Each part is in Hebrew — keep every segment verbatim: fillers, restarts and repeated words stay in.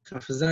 כ"ז.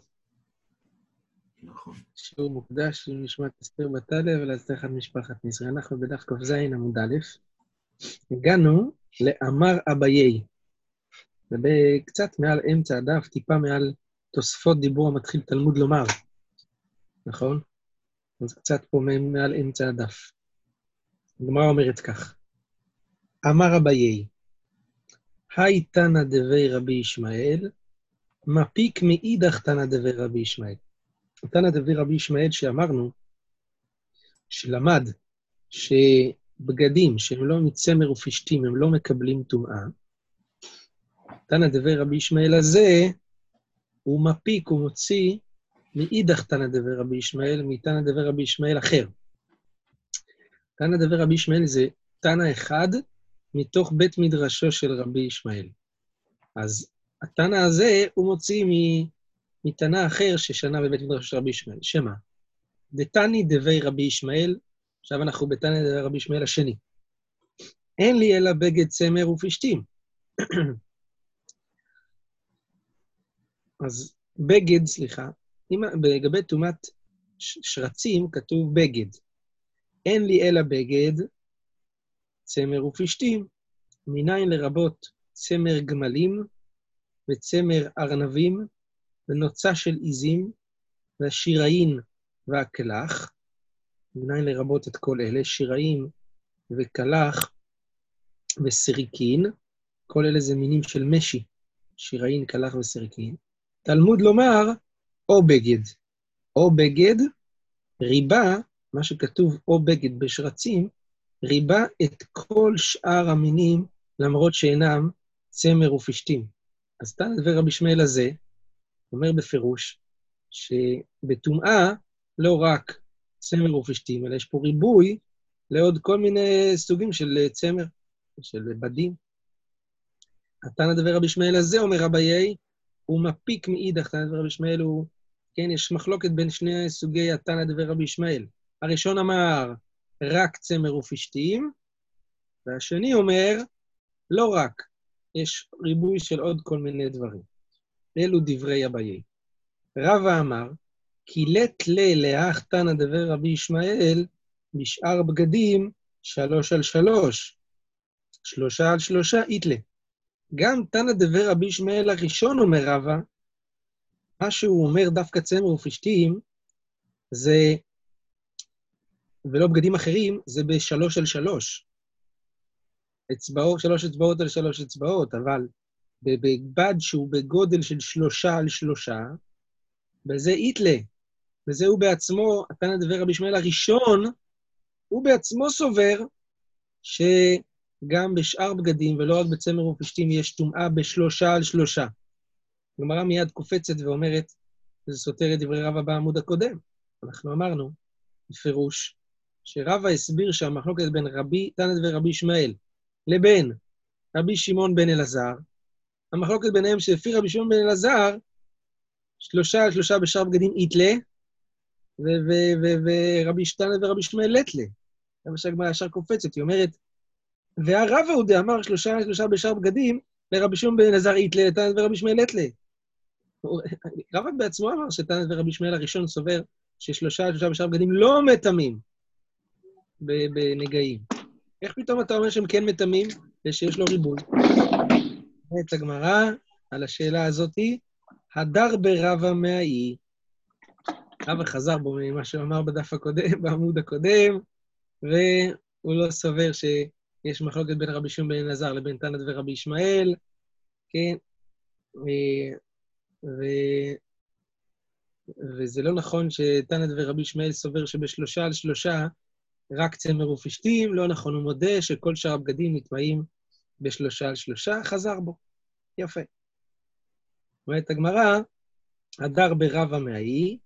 נכון. שיעור מוקדש לנשמת אסתר בת טליה ולהצלחת משפחת נזרי. אנחנו בדף כ"ז עמוד א', הגענו לאמר אביי. זה קצת מעל אמצע הדף, טיפה מעל תוספות דיבור המתחיל תלמוד לומר. נכון? אז קצת פה מעל אמצע הדף. הגמרא אומרת כך: אמר אביי, היי תנא דבי רבי ישמעאל, מפיק מאידך תנא דבי רבי ישמעאל. תנא דבי רבי ישמעאל שאמרנו, שלמד שבגדים שהם לא מצמר ופשתים, הם לא מקבלים טומאה, תנא דבי רבי ישמעאל הזה, הוא מפיק, הוא מוציא מאידך תנא דבי רבי ישמעאל, מתנא דבי רבי ישמעאל אחר. תנא דבי רבי ישמעאל זה תנא אחד מתוך בית מדרשו של רבי ישמעאל. אז התנא הזה הוא מוציא מתנא אחר ששנה בבית מדרשו של רבי ישמעאל. שמה? דתני דבי רבי ישמעאל, עכשיו אנחנו בתנא דבי רבי ישמעאל השני. אין לי אלא בגד צמר ופשתים. אז בגד, סליחה, בגבי טומאת שרצים כתוב בגד. אין לי אלא בגד צמר ופשתים, מניין לרבות צמר גמלים וצמר ארנבים ונוצה של עיזים והשיראין והקלח, מניין לרבות את כל אלה, שיראין וקלח וסריקין, כל אלה זה מינים של משי, שיראין, קלח וסריקין. תלמוד לומר, או בגד. או בגד, ריבה, מה שכתוב או בגד בשרצים, ריבה את כל שאר המינים, למרות שאינם צמר ופשתים. אז תנא דבי רבי ישמעאל הזה, אומר בפירוש, שבטומאה לא רק צמר ופשתים, אלא יש פה ריבוי לעוד כל מיני סוגים של צמר, של בדים. תנא דבי רבי ישמעאל הזה, אומר אביי, הוא מפיק מאידך. תנא דבי רבי ישמעאל הוא, כן, יש מחלוקת בין שני סוגי התנא דבי רבי ישמעאל. הראשון אמר, רק צמר ופשתים, והשני אומר, לא רק, יש ריבוי של עוד כל מיני דברים. אלו דברי אביי. רבא אמר, כי לת לה לאח תנא דבי רבי ישמעאל, בשאר בגדים, שלוש על שלוש, שלושה על שלושה, איתלה. גם תנא דבי רבי ישמעאל הראשון, אומר רבא, מה שהוא אומר דווקא צמר ופשתים, זה, ולא בגדים אחרים, זה בשלוש על שלוש. אצבעות, שלוש אצבעות על שלוש אצבעות, אבל בבגד שהוא בגודל של שלושה על שלושה, בזה איתלה, וזה הוא בעצמו, תנא דבי רבי ישמעאל הראשון, הוא בעצמו סובר שגם בשאר בגדים, ולא רק בצמר ופשתים, יש טומאה בשלושה על שלושה. הגמרא מיד קופצת ואומרת, זה סותר את דברי רבא בעמוד הקודם. אנחנו אמרנו, בפירוש, שרבא הסביר שהמחלוקת בין רבי, תנא דבי רבי ישמעאל, לבין רבי שמעון בן אלעזר, המחלוקת ביניהם שלפי רבי שמעון בן אלעזר, שלושה על שלושה בשאר בגדים איתלה, ורבי תנא ורבי ישמעאל לטלה. זה מה שהגמרא ישר קופצת, היא אומרת, והרבא הוא דאמר שלושה על שלושה בשאר בגדים, לרבי שמעון בן אלעזר איתלה, לתנא ורבי ישמעאל לטלה. רבא בעצמו אמר שתנא ורבי ישמעאל הראשון סובר ששלושה על שלושה בשאר בגדים לא מטמאים בנגעים. איך פתאום אתה אומר שהם כן מטמאים, ושיש לו ריבוי? את הגמרא על השאלה הזאת, הדר ברבא מהאי. רבא חזר בו ממה שהוא אמר בדף הקודם, בעמוד הקודם, והוא לא סובר שיש מחלוקת בין רבי שמעון בן אלעזר לבין תנא ורבי ישמעאל, כן? ו... ו... וזה לא נכון שתנא ורבי ישמעאל סובר שבשלושה על שלושה רק צמר ופשתים, לא נכון, הוא מודה שכל שאר הבגדים נטמעים בשלושה על שלושה, חזר בו. יפה. אומרת הגמרא, הדר ברבא מהאי,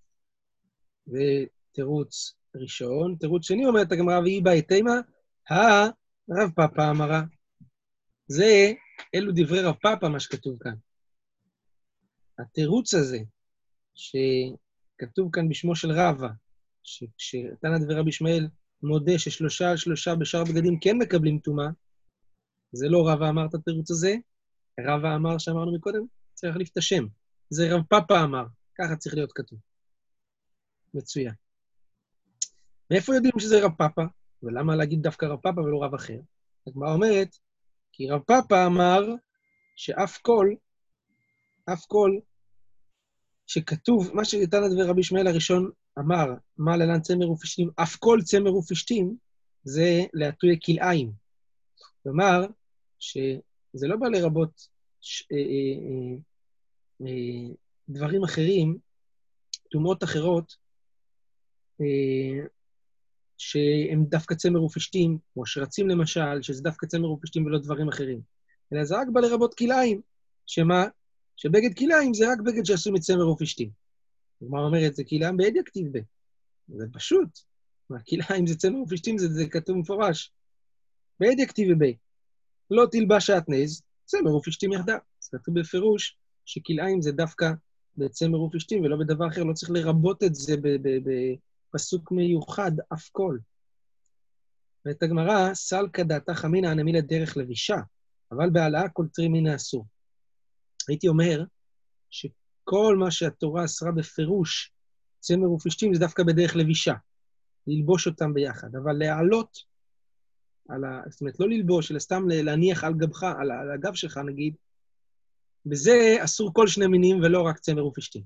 ותירוץ ראשון, תירוץ שני אומרת הגמרא, והיא באה תימה, הרב פאפא אמרה. זה, אלו דברי רב פאפא, מה שכתוב כאן. התירוץ הזה, שכתוב כאן בשמו של רבא, שתנא דבי רבי ישמעאל מודה ששלושה על שלושה בשאר בגדים כן מקבלים טומאה, זה לא רבא אמר את התירוץ הזה, רבא אמר שאמרנו מקודם, צריך להחליף את השם. זה רב פאפה אמר, ככה צריך להיות כתוב. מצוין. מאיפה יודעים שזה רב פאפה? ולמה להגיד דווקא רב פאפה ולא רב אחר? הגמרא אומרת, כי רב פאפה אמר שאף קול, אף קול, שכתוב, מה שתנא ורבי ישמעאל הראשון אמר, מה להלן צמר ופשתים, אף קול צמר ופשתים, זה להטויה כלאיים. כלומר, שזה לא בא לרבות ש... אה, אה, אה, דברים אחרים, תאומות אחרות, אה, שהם דווקא צמר ופשתים, כמו שרצים למשל, שזה דווקא צמר ופשתים ולא דברים אחרים. אלא זה רק בא לרבות כלאיים, שמה? שבגד כלאיים זה רק בגד שעשו מצמר ופשתים. מה אומרת? זה כלאיים בעדיה כתיב ב. זה פשוט. מה, כלאיים זה צמר ופשתים, זה, זה כתוב מפורש. בעדיה כתיב ב. לא תלבש שעטנז, צמר ופשתים יחדיו. זה כתוב בפירוש שכלאיים זה דווקא בצמר ופשתים, ולא בדבר אחר, לא צריך לרבות את זה בפסוק מיוחד, אף כל. ואת הגמרא, סל כדעתה חמינא הנמילה דרך לבישה, אבל בהעלאה כל תרי מינא אסור. הייתי אומר שכל מה שהתורה אסרה בפירוש צמר ופשתים זה דווקא בדרך לבישה, ללבוש אותם ביחד, אבל להעלות, על ה... זאת אומרת, לא ללבוש, אלא סתם להניח על גבך, על, על הגב שלך נגיד, בזה אסור כל שני מינים ולא רק צמר ופשתים.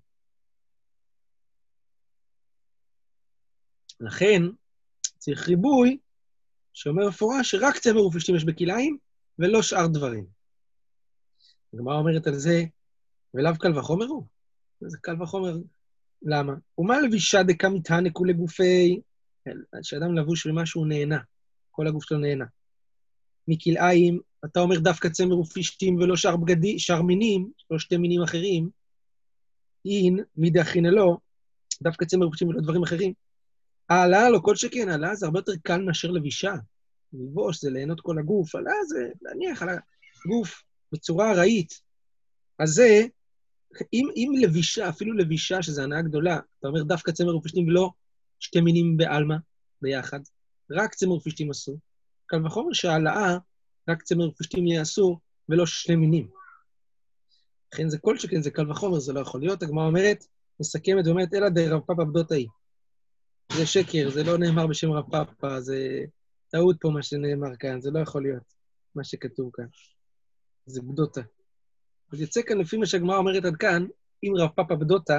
לכן צריך ריבוי שאומר מפורש שרק צמר ופשתים יש בכלאיים ולא שאר דברים. הגמרא אומרת על זה, ולאו קל וחומר הוא. זה קל וחומר. למה? ומה לבישה דקה מתהנה כולי גופי, שאדם לבוש במה שהוא נהנה, כל הגוף שלו נהנה. מכלאיים, אתה אומר דווקא צמר ופשתים ולא שאר בגדי, שאר מינים, לא שתי מינים אחרים, אין, מידי הכינה לו, דווקא צמר ופשתים ולא דברים אחרים. העלה לא כל שכן, העלה זה הרבה יותר קל מאשר לבישה. ללבוש זה ליהנות כל הגוף, העלה זה להניח על הגוף בצורה ארעית. אז זה, אם, אם לבישה, אפילו לבישה, שזו הנאה גדולה, אתה אומר דווקא צמר ופשתים ולא שתי מינים בעלמא ביחד, רק צמר ופשתים אסור. קל וחומר שהעלאה, רק צמר ופשתים יהיה אסור, ולא שני מינים. לכן זה כל שכן, זה קל וחומר, זה לא יכול להיות. הגמרא אומרת, מסכמת ואומרת, אלא די רב פאפה בדותאי. זה שקר, זה לא נאמר בשם רב פאפה, זה טעות פה מה שנאמר כאן, זה לא יכול להיות מה שכתוב כאן. זה בדותה. אז יצא כאן לפי מה שהגמרא אומרת עד כאן, אם רב פאפה בדותה,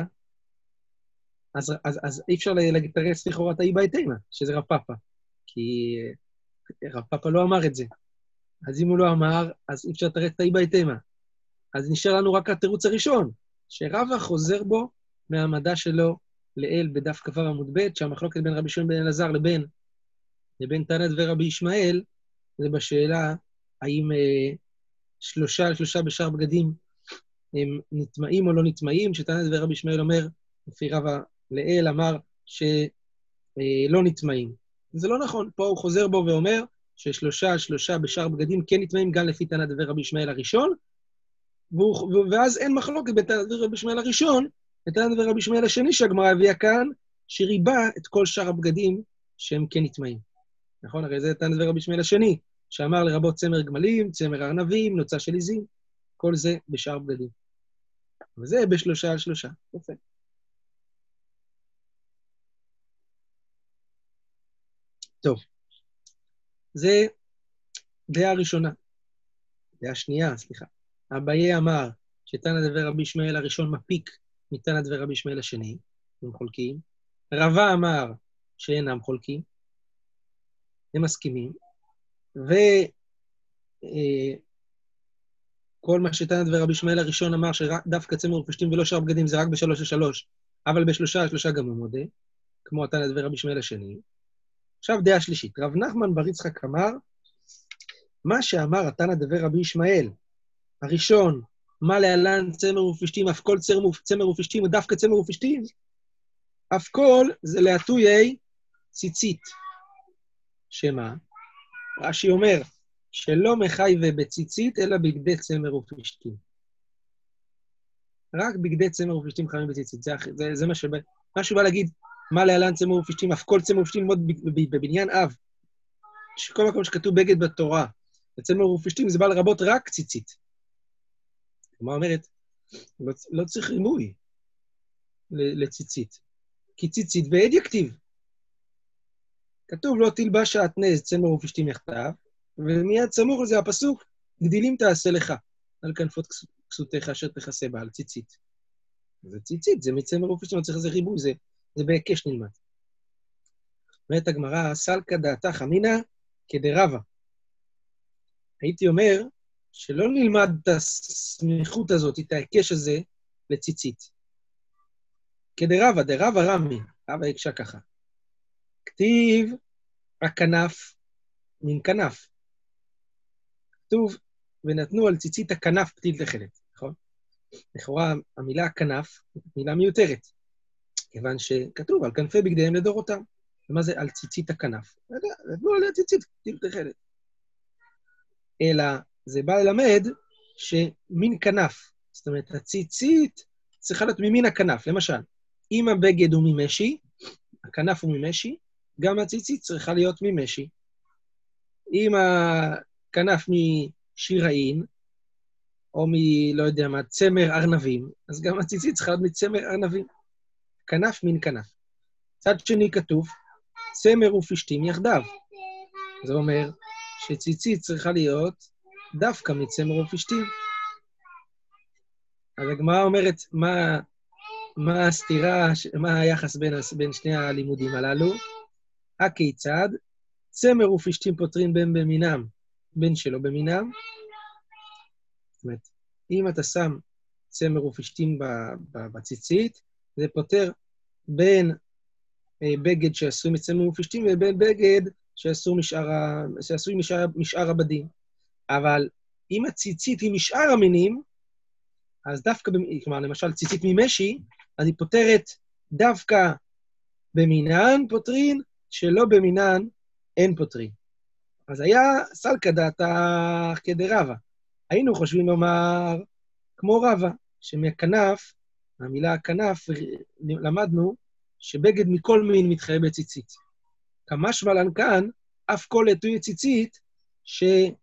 אז, אז, אז אי אפשר לתרץ לכאורה את האי בהתאמה, שזה רב פאפה. כי רב פאפה לא אמר את זה. אז אם הוא לא אמר, אז אי אפשר לתרץ את האי בהתאמה. אז נשאר לנו רק התירוץ הראשון, שרבא חוזר בו מהעמדה שלו לאל בדף כ"ו עמוד ב', שהמחלוקת בין רבי שמעון בן אלעזר לבין, לבין תנא ורבי ישמעאל, זה בשאלה האם אה, שלושה שלושה בשאר בגדים הם נטמעים או לא נטמעים, שתנא ורבי ישמעאל אומר, לפי רבא לאל אמר שלא אה, נטמעים. זה לא נכון, פה הוא חוזר בו ואומר ששלושה שלושה בשאר בגדים כן נטמעים גם לפי תנא ורבי ישמעאל הראשון, והוא, ואז אין מחלוקת בין תנא ורבי ישמעאל הראשון, ותנא ורבי ישמעאל השני שהגמרא הביאה כאן, שריבה את כל שאר הבגדים שהם כן נטמעים. נכון? הרי זה תנא ורבי ישמעאל השני, שאמר לרבות צמר גמלים, צמר ארנבים, נוצה של עזים, כל זה בשאר בגדים. וזה בשלושה על שלושה. יפה. טוב. זה דעה ראשונה. דעה שנייה, סליחה. אביי אמר שתנא ורבי ישמעאל הראשון מפיק מתנא ורבי ישמעאל השני, הם חולקים. רבא אמר שאינם חולקים, הם מסכימים, וכל מה שתנא ורבי ישמעאל הראשון אמר שדווקא צמר ופשתים ולא שאר בגדים זה רק בשלוש לשלוש, אבל בשלושה על שלושה גם הוא מודה, כמו תנא ורבי ישמעאל השני. עכשיו דעה שלישית, רב נחמן בר יצחק אמר, מה שאמר תנא ורבי ישמעאל הראשון, מה להלן צמר ופשתים, אף כל צמר ופשתים, ודווקא צמר ופשתים, אף כל זה להטויי ציצית. שמה? רש"י אומר, שלא מחייבה בציצית, אלא בגדי צמר ופשתים. רק בגדי צמר ופשתים חייבים בציצית. זה, זה, זה מה שבא, מה שבא להגיד, מה להלן צמר ופשתים, אף כל צמר ופשתים, ללמוד בבניין אב, שכל מקום שכתוב בגד בתורה, וצמר ופשתים זה בא לרבות רק ציצית. מה אומרת? לא, לא צריך רימוי לציצית, כי ציצית ועד יכתיב. כתוב לא תלבש שעטנז צמר ופשתים יחדיו, ומיד סמוך לזה הפסוק, גדילים תעשה לך, על כנפות כסותיך אשר תכסה בה, על ציצית. זה ציצית, זה מצמר ופשתים, לא צריך איזה ריבוי, זה, זה בהיקש נלמד. אומרת הגמרא, סלקא דעתך אמינא כדרבה. הייתי אומר שלא נלמד את הסמיכות הזאת, את ההיקש הזה, לציצית. כדרבה, דרבה רמי, רבה הקשה ככה. כתיב הכנף מן כנף. כתוב, ונתנו על ציצית הכנף פתיל תכלת, נכון? לכאורה המילה הכנף היא מילה מיותרת, כיוון שכתוב על כנפי בגדיהם לדורותם. ומה זה על ציצית הכנף? נתנו עליה ציצית פתיל תכלת. אלא זה בא ללמד שמין כנף, זאת אומרת, הציצית צריכה להיות ממין הכנף. למשל, אם הבגד הוא ממשי, הכנף הוא ממשי, גם הציצית צריכה להיות ממשי. אם הכנף משיראין, או מ, לא יודע מה, צמר ארנבים, אז גם הציצית צריכה להיות מצמר ארנבים. כנף מין כנף. צד שני כתוב, צמר ופשתים יחדיו. זה אומר שציצית צריכה להיות דווקא מצמר ופשתים. אז הגמרא אומרת, מה, מה הסתירה, מה היחס בין, בין שני הלימודים הללו? הכיצד? צמר ופשתים פותרים בין במינם, בין שלא במינם. זאת אומרת, אם אתה שם צמר ופשתים בציצית, זה פותר בין בגד שעשוי מצמר ופשתים ובין בגד שעשוי משאר, שעשוי משאר, משאר הבדים. אבל אם הציצית היא משאר המינים, אז דווקא, כלומר, למשל, ציצית ממשי, אז היא פותרת דווקא במינן פותרין, שלא במינן אין פותרין. אז היה סלקא דעתך כדרבה. היינו חושבים לומר, כמו רבה, שמכנף, המילה הכנף, למדנו שבגד מכל מין מתחייב בציצית. כמשמע לן כאן, אף כל עטוי ציצית, שרק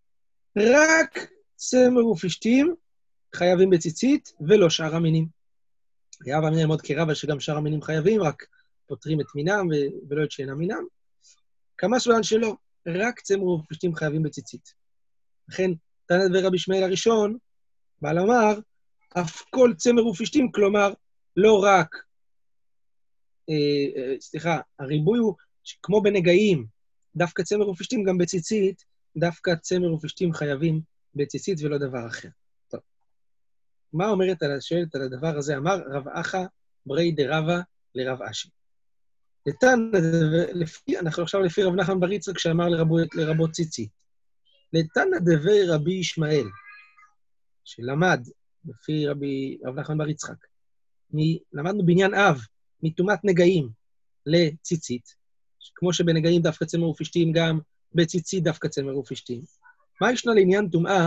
צמר ופשתים חייבים בציצית, ולא שאר המינים. היה ואמין ללמוד כרבה שגם שאר המינים חייבים, רק פותרים את מינם ו- ולא את שאינם מינם. כמשמע לן שלא, רק צמר ופשתים חייבים בציצית. לכן, תנא דבר רבי ישמעאל הראשון, בא לומר, אף כל צמר ופשתים, כלומר, לא רק, אה, אה, סליחה, הריבוי הוא כמו בנגעים, דווקא צמר ופשתים גם בציצית, דווקא צמר ופשתים חייבים בציצית ולא דבר אחר. טוב. מה אומרת על השאלת על הדבר הזה? אמר רב אחא ברי דרבה לרב אשי. לתן, לפי, אנחנו עכשיו לפי רב נחמן בר יצחק שאמר לרבות, לרבות ציצית. לתנא דבר רבי ישמעאל, שלמד לפי רבי רב נחמן בר יצחק, למדנו בניין אב, מטומאת נגעים לציצית, כמו שבנגעים דווקא צמר ופשתים, גם בציצית דווקא צמר ופשתים. מה ישנה לעניין טומאה?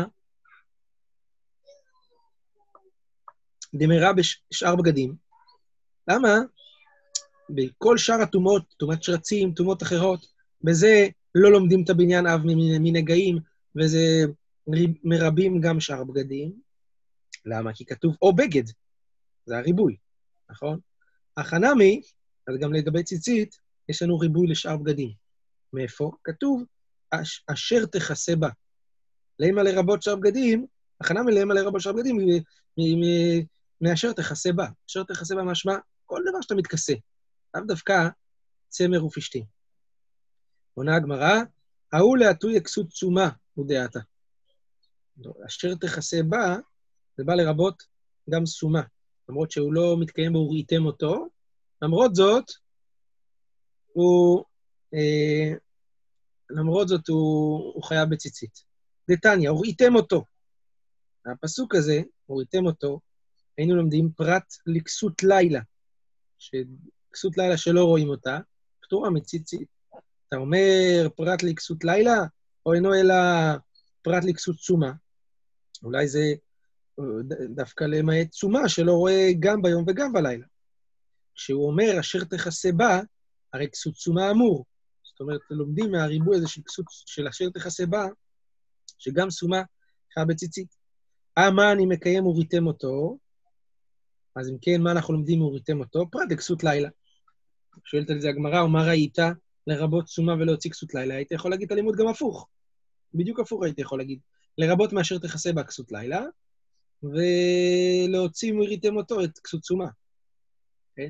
דמרה בשאר בגדים. למה? בכל שאר הטומאות, טומאת שרצים, טומאות אחרות, בזה לא לומדים את הבניין אב מנגעים, וזה מרבים גם שאר בגדים. למה? כי כתוב או בגד, זה הריבוי, נכון? החנמי, אז גם לגבי ציצית, יש לנו ריבוי לשאר בגדים. מאיפה? כתוב, אשר תכסה בה. למה לרבות שאר בגדים, החנמי למה לרבות שאר בגדים, מאשר תכסה בה. אשר תכסה בה משמע, כל דבר שאתה מתכסה. לאו דווקא צמר ופשתים. עונה הגמרא, ההוא לעטוי הכסות צומה, הוא דעתה. אשר תכסה בה, זה בא לרבות גם סומה. למרות שהוא לא מתקיים בו, הוא ראיתם אותו. למרות זאת, הוא, אה, למרות זאת הוא, הוא חייב בציצית. דתניא, הוא ראיתם אותו. הפסוק הזה, הוא ראיתם אותו, היינו לומדים פרט לכסות לילה. שכסות לילה שלא רואים אותה, פטורה מציצית. אתה אומר פרט לכסות לילה, או אינו אלא פרט לכסות צומה. אולי זה דווקא למעט צומה שלא רואה גם ביום וגם בלילה. כשהוא אומר אשר תכסה בה, הרי כסות צומה אמור. זאת אומרת, לומדים מהריבוי הזה של כסות של אשר תכסה בה, שגם סומה חיה בציצית. מה אני מקיים וריתם אותו? אז אם כן, מה אנחנו לומדים וריתם אותו? פרט לכסות לילה. שואלת על זה הגמרא, ומה ראית לרבות צומה ולהוציא כסות לילה? היית יכול להגיד את הלימוד גם הפוך. בדיוק הפוך הייתי יכול להגיד. לרבות מאשר תכסה בה כסות לילה, ולהוציא וריתם אותו את כסות צומה. כן?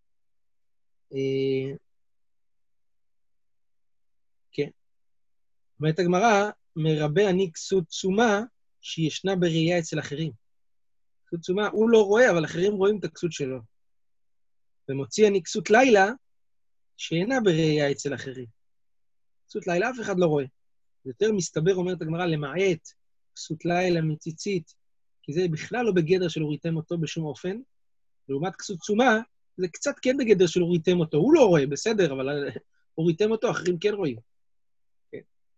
כן. אומרת הגמרא, מרבה אני כסות צומה שישנה בראייה אצל אחרים. כסות צומה, הוא לא רואה, אבל אחרים רואים את הכסות שלו. ומוציא אני כסות לילה שאינה בראייה אצל אחרים. כסות לילה אף אחד לא רואה. יותר מסתבר, אומרת הגמרא, למעט כסות לילה מציצית, כי זה בכלל לא בגדר של הוריתם אותו בשום אופן. לעומת כסות צומה, זה קצת כן בגדר של הוריתם אותו. הוא לא רואה, בסדר, אבל הוריתם אותו, אחרים כן רואים. כן.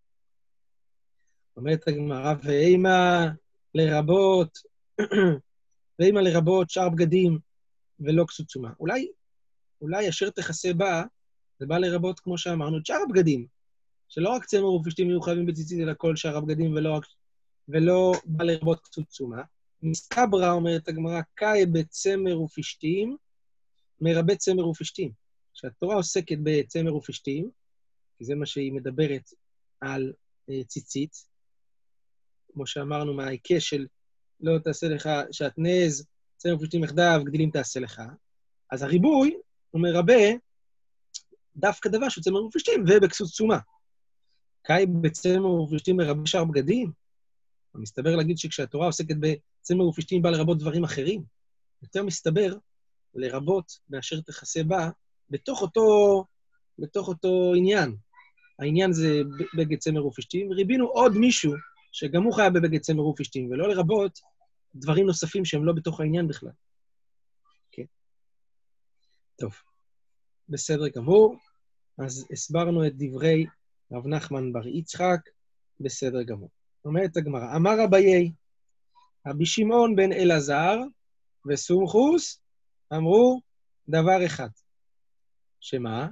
אומרת הגמרא, ואימה לרבות, ואימה לרבות שאר בגדים ולא כסות צומה. אולי, אולי אשר תכסה בה, זה בא לרבות, כמו שאמרנו, את שאר הבגדים, שלא רק צמר ופשתים יהיו חייבים בציצית, אלא כל שאר הבגדים, ולא, ולא בא לרבות כסות צומה. מסתברא, אומרת הגמרא, קאי בצמר ופשתים, מרבה צמר ופשתים. כשהתורה עוסקת בצמר ופשתים, כי זה מה שהיא מדברת על uh, ציצית, כמו שאמרנו, מההיקש של לא תעשה לך, שעטנז, צמר ופשתים יחדיו, גדילים תעשה לך. אז הריבוי הוא מרבה דווקא דבר שהוא צמר ופשתים ובכסות צומה. קאי בצמר ופשתים מרבה שאר בגדים? מסתבר להגיד שכשהתורה עוסקת בצמר ופשתים בא לרבות דברים אחרים. יותר מסתבר לרבות מאשר תכסה בה בתוך אותו, בתוך אותו עניין. העניין זה בגד צמר ופשתים, וריבינו עוד מישהו שגם הוא חייב בבגד צמר ופשתים, ולא לרבות דברים נוספים שהם לא בתוך העניין בכלל. כן. טוב. בסדר גמור. אז הסברנו את דברי רב נחמן בר יצחק, בסדר גמור. אומרת הגמרא, אמר רביי, רבי שמעון בן אלעזר וסומכוס אמרו דבר אחד. שמה?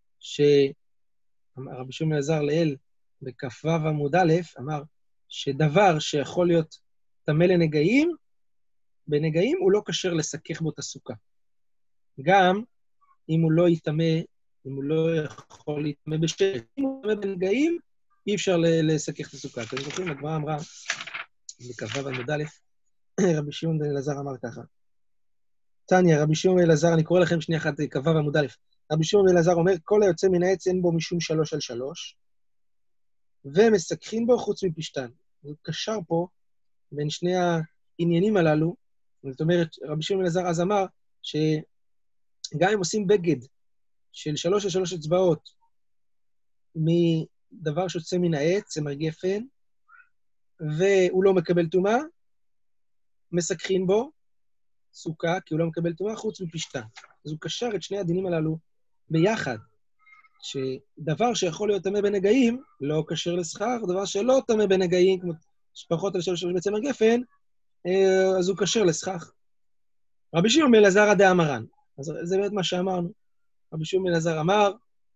שרבי שמעון אלעזר לאל בכ"ו עמוד א' אמר שדבר שיכול להיות טמא לנגעים, בנגעים הוא לא כשר לסכך בו את הסוכה. גם אם הוא לא יטמא, אם הוא לא יכול להתאמה בשרת, אם הוא יטמא בנגעים, אי אפשר לסכך את הסוכה. אתם זוכרים, הגמרא אמרה, בכ"ו עמוד א', רבי שמעון בן אלעזר אמר ככה. תניא, רבי שמעון בן אלעזר, אני קורא לכם שנייה אחת, כ"ו עמוד א', רבי שמעון בן אלעזר אומר, כל היוצא מן העץ אין בו משום שלוש על שלוש, ומסככים בו חוץ מפשתן. הוא קשר פה בין שני העניינים הללו, זאת אומרת, רבי שמעון בן אלעזר אז אמר, שגם אם עושים בגד של שלוש על שלוש אצבעות, מדבר שיוצא מן העץ, צמר גפן, והוא לא מקבל טומאה, מסככים בו סוכה, כי הוא לא מקבל טומאה, חוץ מפשתן. אז הוא קשר את שני הדינים הללו ביחד, שדבר שיכול להיות טמא בנגעים, לא קשר לסחר, דבר שלא טמא בנגעים, כמו שפחות על שלוש בצמר גפן, אז הוא קשר לסחר. רבי שמעון בן אלעזר דאמרן, אז זה באמת מה שאמרנו. רבי שמעון בן אלעזר אמר,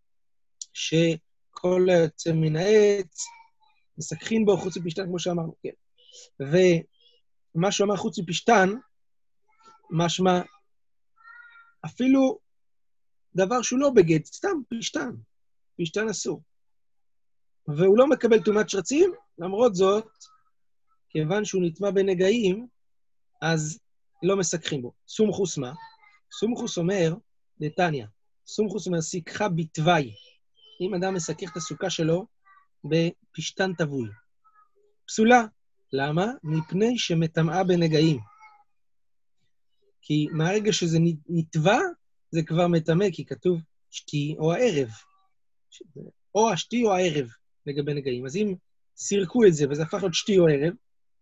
שכל היוצא מן העץ, מסככים בו חוץ מפשתן, כמו שאמרנו, כן. ומה שהוא אמר חוץ מפשתן, משמע, אפילו דבר שהוא לא בגד, סתם פשתן, פשתן אסור. והוא לא מקבל טומאת שרצים, למרות זאת, כיוון שהוא נטמא בנגעים, אז לא מסככים בו. סומכוס מה? סומכוס אומר, נתניה, סומכוס אומר, סיככה בתוואי. אם אדם מסכך את הסוכה שלו, בפשתן טבוי. פסולה. למה? מפני שמטמאה בנגעים. כי מהרגע שזה נטבע, זה כבר מטמא, כי כתוב שתי או הערב. או השתי או הערב לגבי נגעים. אז אם סירקו את זה, וזה הפך להיות שתי או ערב,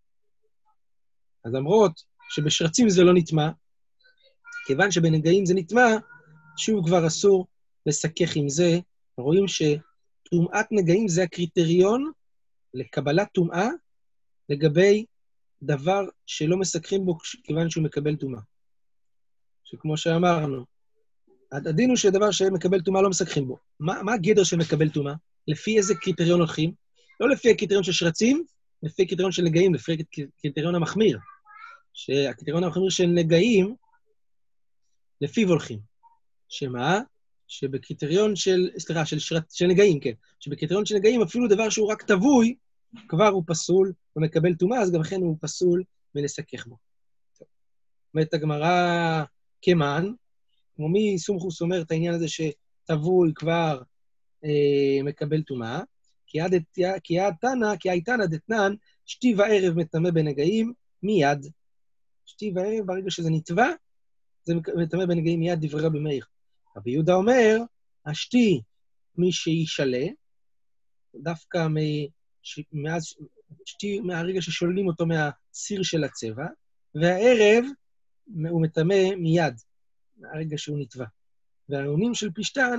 אז למרות שבשרצים זה לא נטמא, כיוון שבנגעים זה נטמא, שוב כבר אסור לסכך עם זה. רואים שטומאת נגעים זה הקריטריון לקבלת טומאה לגבי דבר שלא מסככים בו כיוון שהוא מקבל טומאה. שכמו שאמרנו, הדין הוא שדבר שמקבל טומאה לא מסככים בו. מה, מה הגדר שמקבל טומאה? לפי איזה קריטריון הולכים? לא לפי הקריטריון של שרצים, לפי קריטריון של נגעים, לפי קריטריון המחמיר, שהקריטריון המחמיר של נגעים, לפיו הולכים. שמה? שבקריטריון של, סליחה, של, שרת, של נגעים, כן, שבקריטריון של נגעים אפילו דבר שהוא רק תבוי, כבר הוא פסול ומקבל טומאה, אז גם לכן הוא פסול מלסכך בו. אומרת הגמרא כמן, כמו מי סומכוס אומר את העניין הזה שתבוי כבר אה, מקבל טומאה, כי עד תנא, כי עד תנא דתנן, שתי וערב מטמא בנגעים מיד. שתי וערב, ברגע שזה נטבע, זה מטמא בנגעים מיד, דברי רבי מאיר. רבי יהודה אומר, השתי מי שישלה, דווקא מ... ש... מאז... שתי מהרגע ששוללים אותו מהסיר של הצבע, והערב הוא מטמא מיד, מהרגע שהוא נטבע. והעונים של פשטן,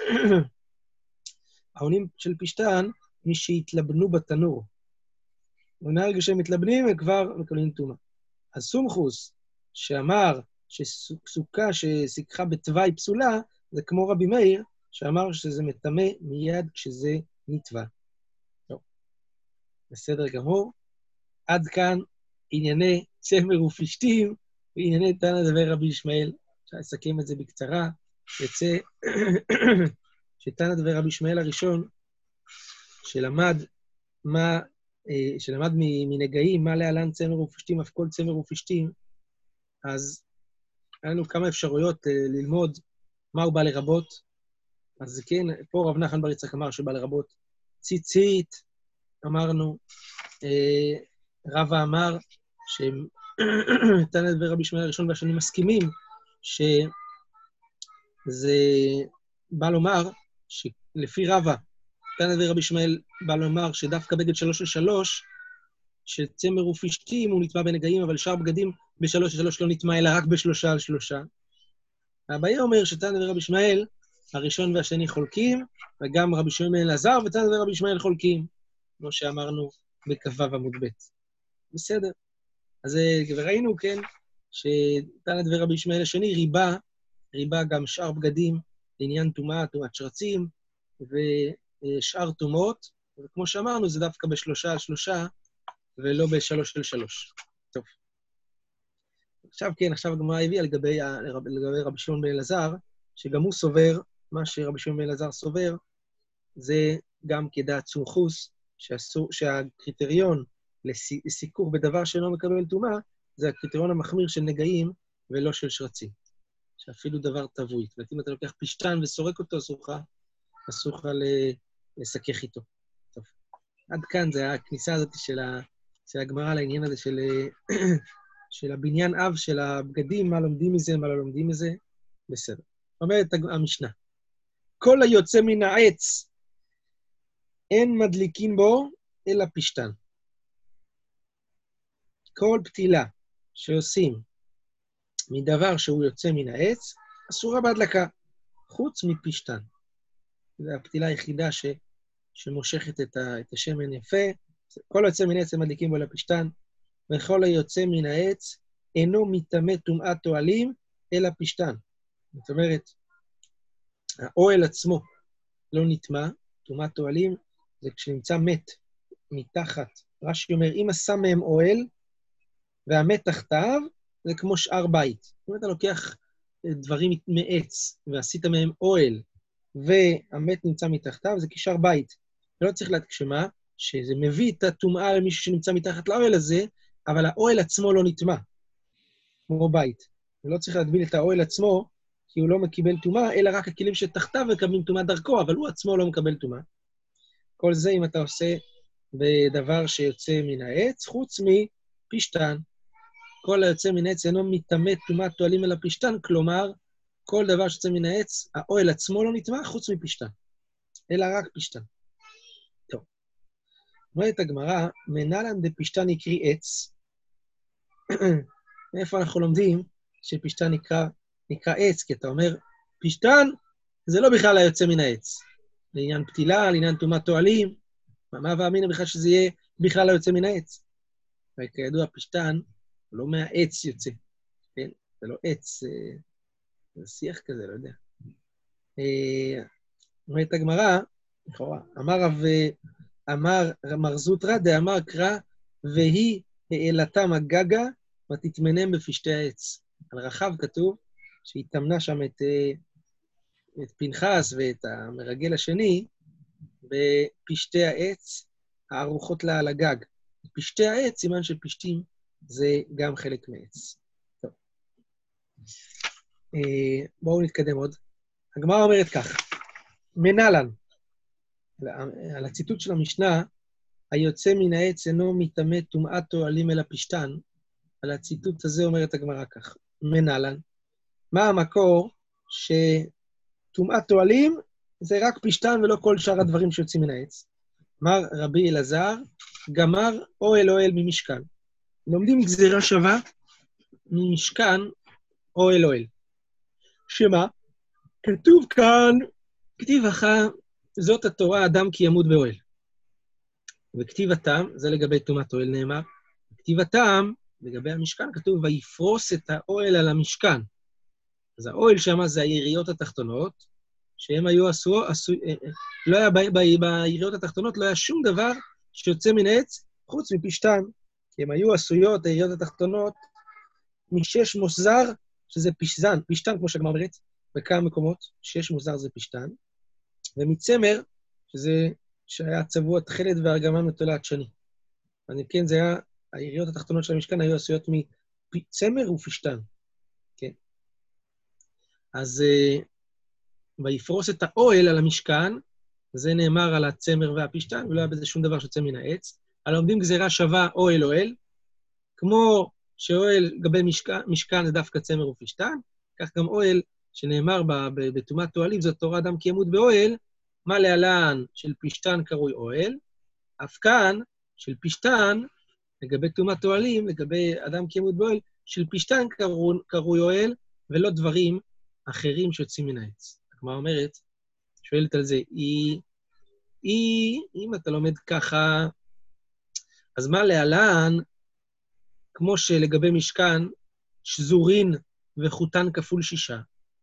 העונים של פשטן, מי שהתלבנו בתנור. ומהרגע שהם מתלבנים, הם כבר מקבלים טומאה. אז סומכוס, שאמר שסוכה שסיככה בתוואי פסולה, זה כמו רבי מאיר, שאמר שזה מטמא מיד כשזה נטבע. טוב, בסדר גמור. עד כאן ענייני צמר ופשתים, וענייני תנא דבר רבי ישמעאל. אפשר לסכם את זה בקצרה. יצא שתנא דבר רבי ישמעאל הראשון, שלמד מה, שלמד מנגעים, מה להלן צמר ופשתים, אף כל צמר ופשתים, אז היה לנו כמה אפשרויות ללמוד מה הוא בא לרבות. אז כן, פה רב נחמן בר יצחק אמר שהוא בא לרבות ציצית, אמרנו, רבא אמר שתנא דבר רבי ישמעאל הראשון והשני מסכימים שזה בא לומר שלפי רבא, תנא דבר רבי ישמעאל בא לומר שדווקא בגד שלוש לשלוש, שצמר ופשתים הוא נטמע בנגעים, אבל שאר בגדים בשלוש לשלוש לא נטמע, אלא רק בשלושה על שלושה. והבעיה אומר שתנא דבר רבי ישמעאל, הראשון והשני חולקים, וגם רבי שמעון בן אלעזר ותנא דבר רבי ישמעאל חולקים, כמו שאמרנו בכ"ו עמוד ב'. בסדר. אז ראינו, כן, שתנא דבר רבי ישמעאל השני ריבה, ריבה גם שאר בגדים, לעניין טומאה, טומאת שרצים, ושאר טומאות, וכמו שאמרנו, זה דווקא בשלושה על שלושה, ולא בשלוש על שלוש. טוב. עכשיו כן, עכשיו הגמרא הביאה לגבי, לגבי רבי שמעון בן אלעזר, שגם הוא סובר, מה שרבי שמעון בן אלעזר סובר, זה גם כדעת סומכוס, שהקריטריון לסיכוך בדבר שאינו מקבל טומאה, זה הקריטריון המחמיר של נגעים ולא של שרצים. שאפילו דבר תבוי. זאת אומרת, אם אתה לוקח פשטן וסורק אותו, אסור לך, אסור לך לסכך איתו. טוב. עד כאן זה הכניסה הזאת של, ה, של הגמרא לעניין הזה של, של הבניין אב, של הבגדים, מה לומדים מזה, מה לא לומדים מזה. בסדר. אומרת המשנה. כל היוצא מן העץ, אין מדליקים בו, אלא פשטן. כל פתילה שעושים מדבר שהוא יוצא מן העץ, אסורה בהדלקה, חוץ מפשטן. זו הפתילה היחידה ש, שמושכת את, ה, את השמן יפה. כל היוצא מן העץ הם מדליקים בו אלא פשטן, וכל היוצא מן העץ אינו מטמא טומאת אוהלים, אלא פשטן. זאת אומרת, האוהל עצמו לא נטמא, טומאת אוהלים, זה כשנמצא מת מתחת. רש"י אומר, אם עשה מהם אוהל, והמת תחתיו, זה כמו שאר בית. אם אתה לוקח דברים מעץ, ועשית מהם אוהל, והמת נמצא מתחתיו, זה כשאר בית. לא צריך להתקשמה, שזה מביא את הטומאה למישהו שנמצא מתחת לאוהל הזה, אבל האוהל עצמו לא נטמא, כמו בית. ולא צריך להדביל את האוהל עצמו, כי הוא לא מקבל טומאה, אלא רק הכלים שתחתיו מקבלים טומאה דרכו, אבל הוא עצמו לא מקבל טומאה. כל זה אם אתה עושה בדבר שיוצא מן העץ, חוץ מפשטן. כל היוצא מן העץ אינו מטמא טומאת אוהלים אלא פשטן, כלומר, כל דבר שיוצא מן העץ, האוהל עצמו לא נטמא, חוץ מפשטן. אלא רק פשטן. טוב. אומרת הגמרא, מנהלן דפשטן יקרי עץ. מאיפה אנחנו לומדים שפשטן נקרא, נקרא עץ? כי אתה אומר, פשטן זה לא בכלל היוצא מן העץ. לעניין פתילה, לעניין טומאת אוהלים. מה ואמינא בכלל שזה יהיה בכלל היוצא מן העץ? וכידוע, פשטן לא מהעץ יוצא. כן? זה לא עץ, זה שיח כזה, לא יודע. אומרת הגמרא, לכאורה, אמר רב, אמר מר זוטרא דאמר קרא והיא העלתם הגגה, ותתמנם בפשטי העץ. על רחב כתוב שהיא תמנה שם את, את פנחס ואת המרגל השני בפשטי העץ הערוכות לה על הגג. פשטי העץ, סימן של פשטים, זה גם חלק מעץ. טוב. בואו נתקדם עוד. הגמרא אומרת כך, מנלן, על הציטוט של המשנה, היוצא מן העץ אינו מתאמה טומאת אוהלים אל הפשתן, על הציטוט הזה אומרת הגמרא כך, מנלן, מה המקור שטומאת אוהלים זה רק פשתן ולא כל שאר הדברים שיוצאים מן העץ. אמר רבי אלעזר, גמר אוהל אוהל ממשכן. לומדים גזירה שווה ממשכן אוהל אוהל. שמה? כתוב כאן, כתיב אחר, זאת התורה אדם כי ימות באוהל. וכתיב התם, זה לגבי טומאת אוהל נאמר, כתיב התם, לגבי המשכן, כתוב, ויפרוס את האוהל על המשכן. אז האוהל שם זה היריות התחתונות, שהם היו עשו, עשו, לא היה, ביריות התחתונות לא היה שום דבר שיוצא מן העץ, חוץ מפשתן, כי הם היו עשויות, היריות התחתונות, משש מוסזר, שזה פשזן, פשתן, כמו שהגמרא אומרת, בכמה מקומות, שש מוסזר זה פשתן, ומצמר, שזה שהיה צבוע תכלת והרגמן מתולעת שני. אז כן, זה היה, היריות התחתונות של המשכן היו עשויות מצמר ופשתן. כן. אז ויפרוס את האוהל על המשכן, זה נאמר על הצמר והפשתן, ולא היה בזה שום דבר שיוצא מן העץ. על עומדים גזירה שווה אוהל אוהל, כמו שאוהל גבי משכן, משכן זה דווקא צמר ופשתן, כך גם אוהל שנאמר בטומאת אוהלים, זאת תורה אדם כי ימות באוהל, מה להלן של פשתן קרוי אוהל, אף כאן של פשתן, לגבי טומאת אוהלים, לגבי אדם כי ימות באוהל, של פשתן קרוי, קרוי אוהל, ולא דברים אחרים שיוצאים מן העץ. הגמרא אומרת, שואלת על זה, היא, היא, אם אתה לומד ככה, אז מה להלן, כמו שלגבי משכן, שזורין וחוטן כפול שישה.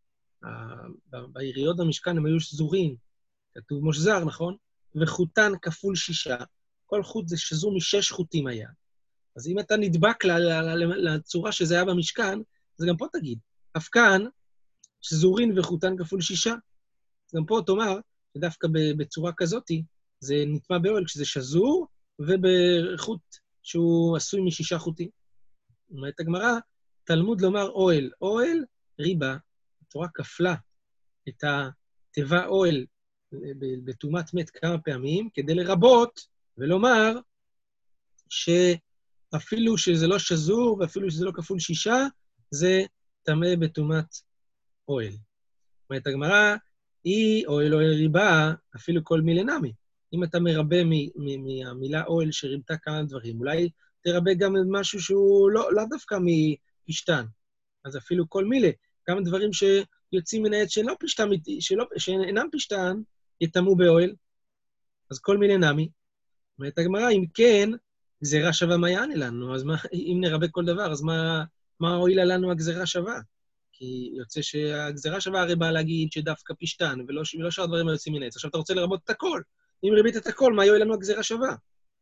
ביריות המשכן הם היו שזורין, כתוב מושזר, נכון? וחוטן כפול שישה. כל חוט זה שזור משש חוטים היה. אז אם אתה נדבק לצורה שזה היה במשכן, אז גם פה תגיד, אף כאן, שזורין וחוטן כפול שישה. גם פה תאמר, שדווקא בצורה כזאת, זה נטמע באוהל כשזה שזור, ובחוט שהוא עשוי משישה חוטים. אומרת הגמרא, תלמוד לומר אוהל. אוהל, ריבה, התורה כפלה את התיבה אוהל בטומאת מת כמה פעמים, כדי לרבות ולומר שאפילו שזה לא שזור, ואפילו שזה לא כפול שישה, זה טמא בטומאת אוהל. אומרת הגמרא, היא אוהל אוהל ריבה, אפילו כל מילה נמי. אם אתה מרבה מהמילה אוהל שריבתה כמה דברים, אולי תרבה גם משהו שהוא לא, לא דווקא מפשתן. אז אפילו כל מילה, גם דברים שיוצאים מן העץ שאינם פשתן, שלא, שאינם פשתן, יתמו באוהל. אז כל מילה נמי. אומרת הגמרא, אם כן, גזירה שווה מה יענה לנו, אז מה, אם נרבה כל דבר, אז מה, מה הועילה לנו הגזירה שווה? כי יוצא שהגזירה שווה הרי באה להגיד שדווקא פשתן, ולא, ולא שאר דברים היוצאים מן העץ. עכשיו אתה רוצה לרבות את הכל. אם ריבית את הכל, מה יועיל לנו הגזירה שווה?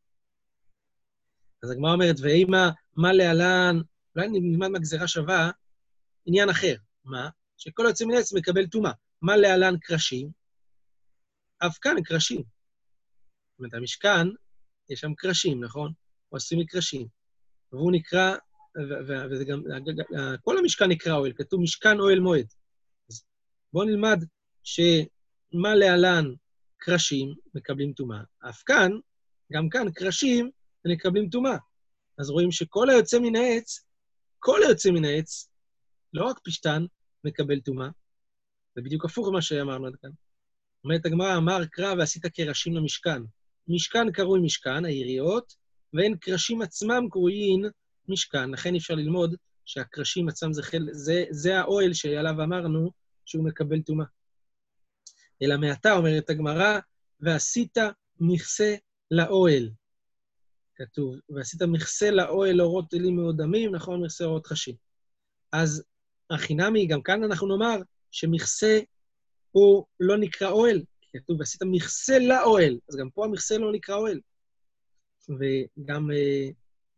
אז הגמרא אומרת, ואימה, מה להלן, אולי נלמד מהגזירה שווה, עניין אחר. מה? שכל היוצא מן העץ מקבל טומאה. מה להלן קרשים? אף כאן קרשים. זאת אומרת, המשכן, יש שם קרשים, נכון? הוא עשוי מקרשים. והוא נקרא, וזה גם, כל המשכן נקרא אוהל, כתוב משכן אוהל מועד. אז בואו נלמד שמה להלן קרשים מקבלים טומאה. אף כאן, גם כאן קרשים מקבלים טומאה. אז רואים שכל היוצא מן העץ, כל היוצא מן העץ, לא רק פשתן, מקבל טומאה. זה בדיוק הפוך ממה שאמרנו עד כאן. אומרת הגמרא, אמר קרא ועשית קרשים למשכן. משכן קרוי משכן, היריות, והן קרשים עצמם קרויים משכן. לכן אפשר ללמוד שהקרשים עצמם זה, זה, זה האוהל שעליו אמרנו שהוא מקבל טומאה. אלא מעתה אומרת הגמרא, ועשית מכסה לאוהל. כתוב, ועשית מכסה לאוהל אורות אלים מאודמים, נכון? מכסה אורות חשים. אז החינמי, גם כאן אנחנו נאמר שמכסה הוא לא נקרא אוהל. כתוב, ועשית מכסה לאוהל. אז גם פה המכסה לא נקרא אוהל. וגם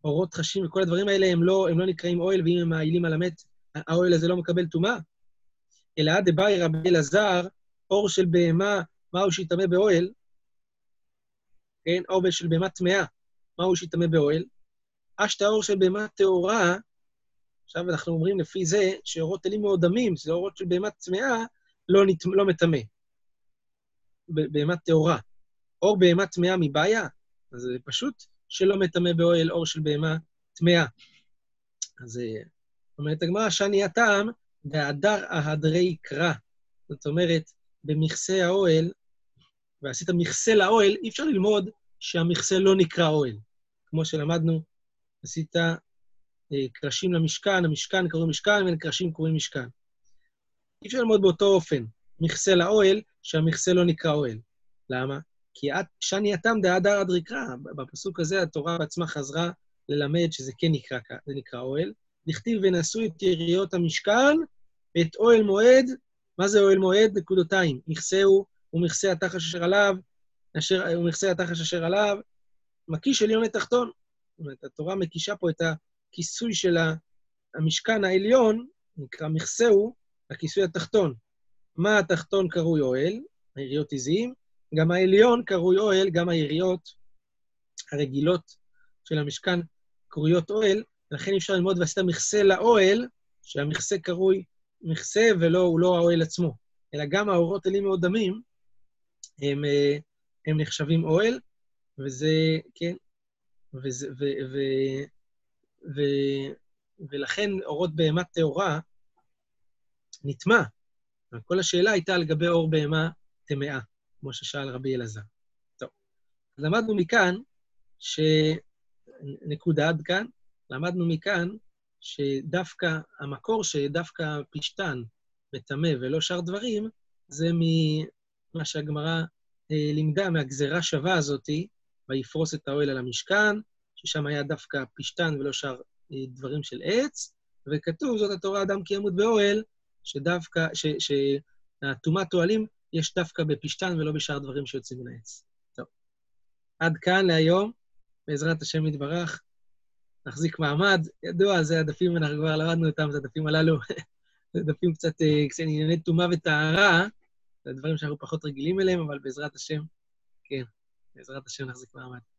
אורות חשים וכל הדברים האלה הם לא, הם לא נקראים אוהל, ואם הם מעילים על המת, האוהל הזה לא מקבל טומאה. אלא דבאי רבי אלעזר, אור של בהמה, מהו שיטמא באוהל? כן, אור של בהמה טמאה, מהו שיטמא באוהל? אשתא אור של בהמה טהורה, עכשיו אנחנו אומרים לפי זה, שאורות אלים מאוד דמים, שזה אורות של בהמה טמאה, לא, נת... לא מטמא. בהמה טהורה. אור בהמה טמאה מבעיה, אז זה פשוט שלא מטמא באוהל אור של בהמה טמאה. אז אומרת הגמרא, שאני הטעם, בהדר ההדרי קרא. זאת אומרת, במכסה האוהל, ועשית מכסה לאוהל, אי אפשר ללמוד שהמכסה לא נקרא אוהל. כמו שלמדנו, עשית אה, קרשים למשכן, המשכן קוראים משכן, וקרשים קוראים משכן. אי אפשר ללמוד באותו אופן, מכסה לאוהל, שהמכסה לא נקרא אוהל. למה? כי את, שאני הטעם בהדר ההדרי קרא. בפסוק הזה התורה בעצמה חזרה ללמד שזה כן נקרא, זה נקרא אוהל. לכתיב ונשאו את יריות המשכן, את אוהל מועד. מה זה אוהל מועד? נקודותיים. מכסהו ומכסה התחש אשר עליו, אשר, ומכסה התחש אשר עליו, מקיש עליון לתחתון. זאת אומרת, התורה מקישה פה את הכיסוי של המשכן העליון, נקרא מכסהו, הכיסוי התחתון. מה התחתון קרוי אוהל? היריות עזיים. גם העליון קרוי אוהל, גם היריות הרגילות של המשכן קרויות אוהל, ולכן אפשר ללמוד ועשית מכסה לאוהל, שהמכסה קרוי מכסה ולא, הוא לא האוהל עצמו, אלא גם האורות אלים מאוד דמים, הם, הם נחשבים אוהל, וזה, כן, וזה, ו, ו, ו, ולכן אורות בהמה טהורה נטמא. כל השאלה הייתה לגבי אור בהמה טמאה, כמו ששאל רבי אלעזר. טוב, למדנו מכאן, שנקודה עד כאן, למדנו מכאן שדווקא המקור שדווקא פשטן מטמא ולא שאר דברים, זה ממה שהגמרא אה, לימדה מהגזרה שווה הזאת, ויפרוס את האוהל על המשכן, ששם היה דווקא פשטן ולא שאר אה, דברים של עץ, וכתוב זאת התורה אדם כי ימות באוהל, שדווקא, שהטומאת אוהלים יש דווקא בפשטן ולא בשאר דברים שיוצאים מן העץ. טוב, עד כאן להיום, בעזרת השם יתברך, נחזיק מעמד, ידוע, זה הדפים, אנחנו כבר למדנו אותם, זה הדפים הללו, זה דפים קצת, קצת ענייני טומאה וטהרה, זה דברים שאנחנו פחות רגילים אליהם, אבל בעזרת השם, כן, בעזרת השם נחזיק מעמד.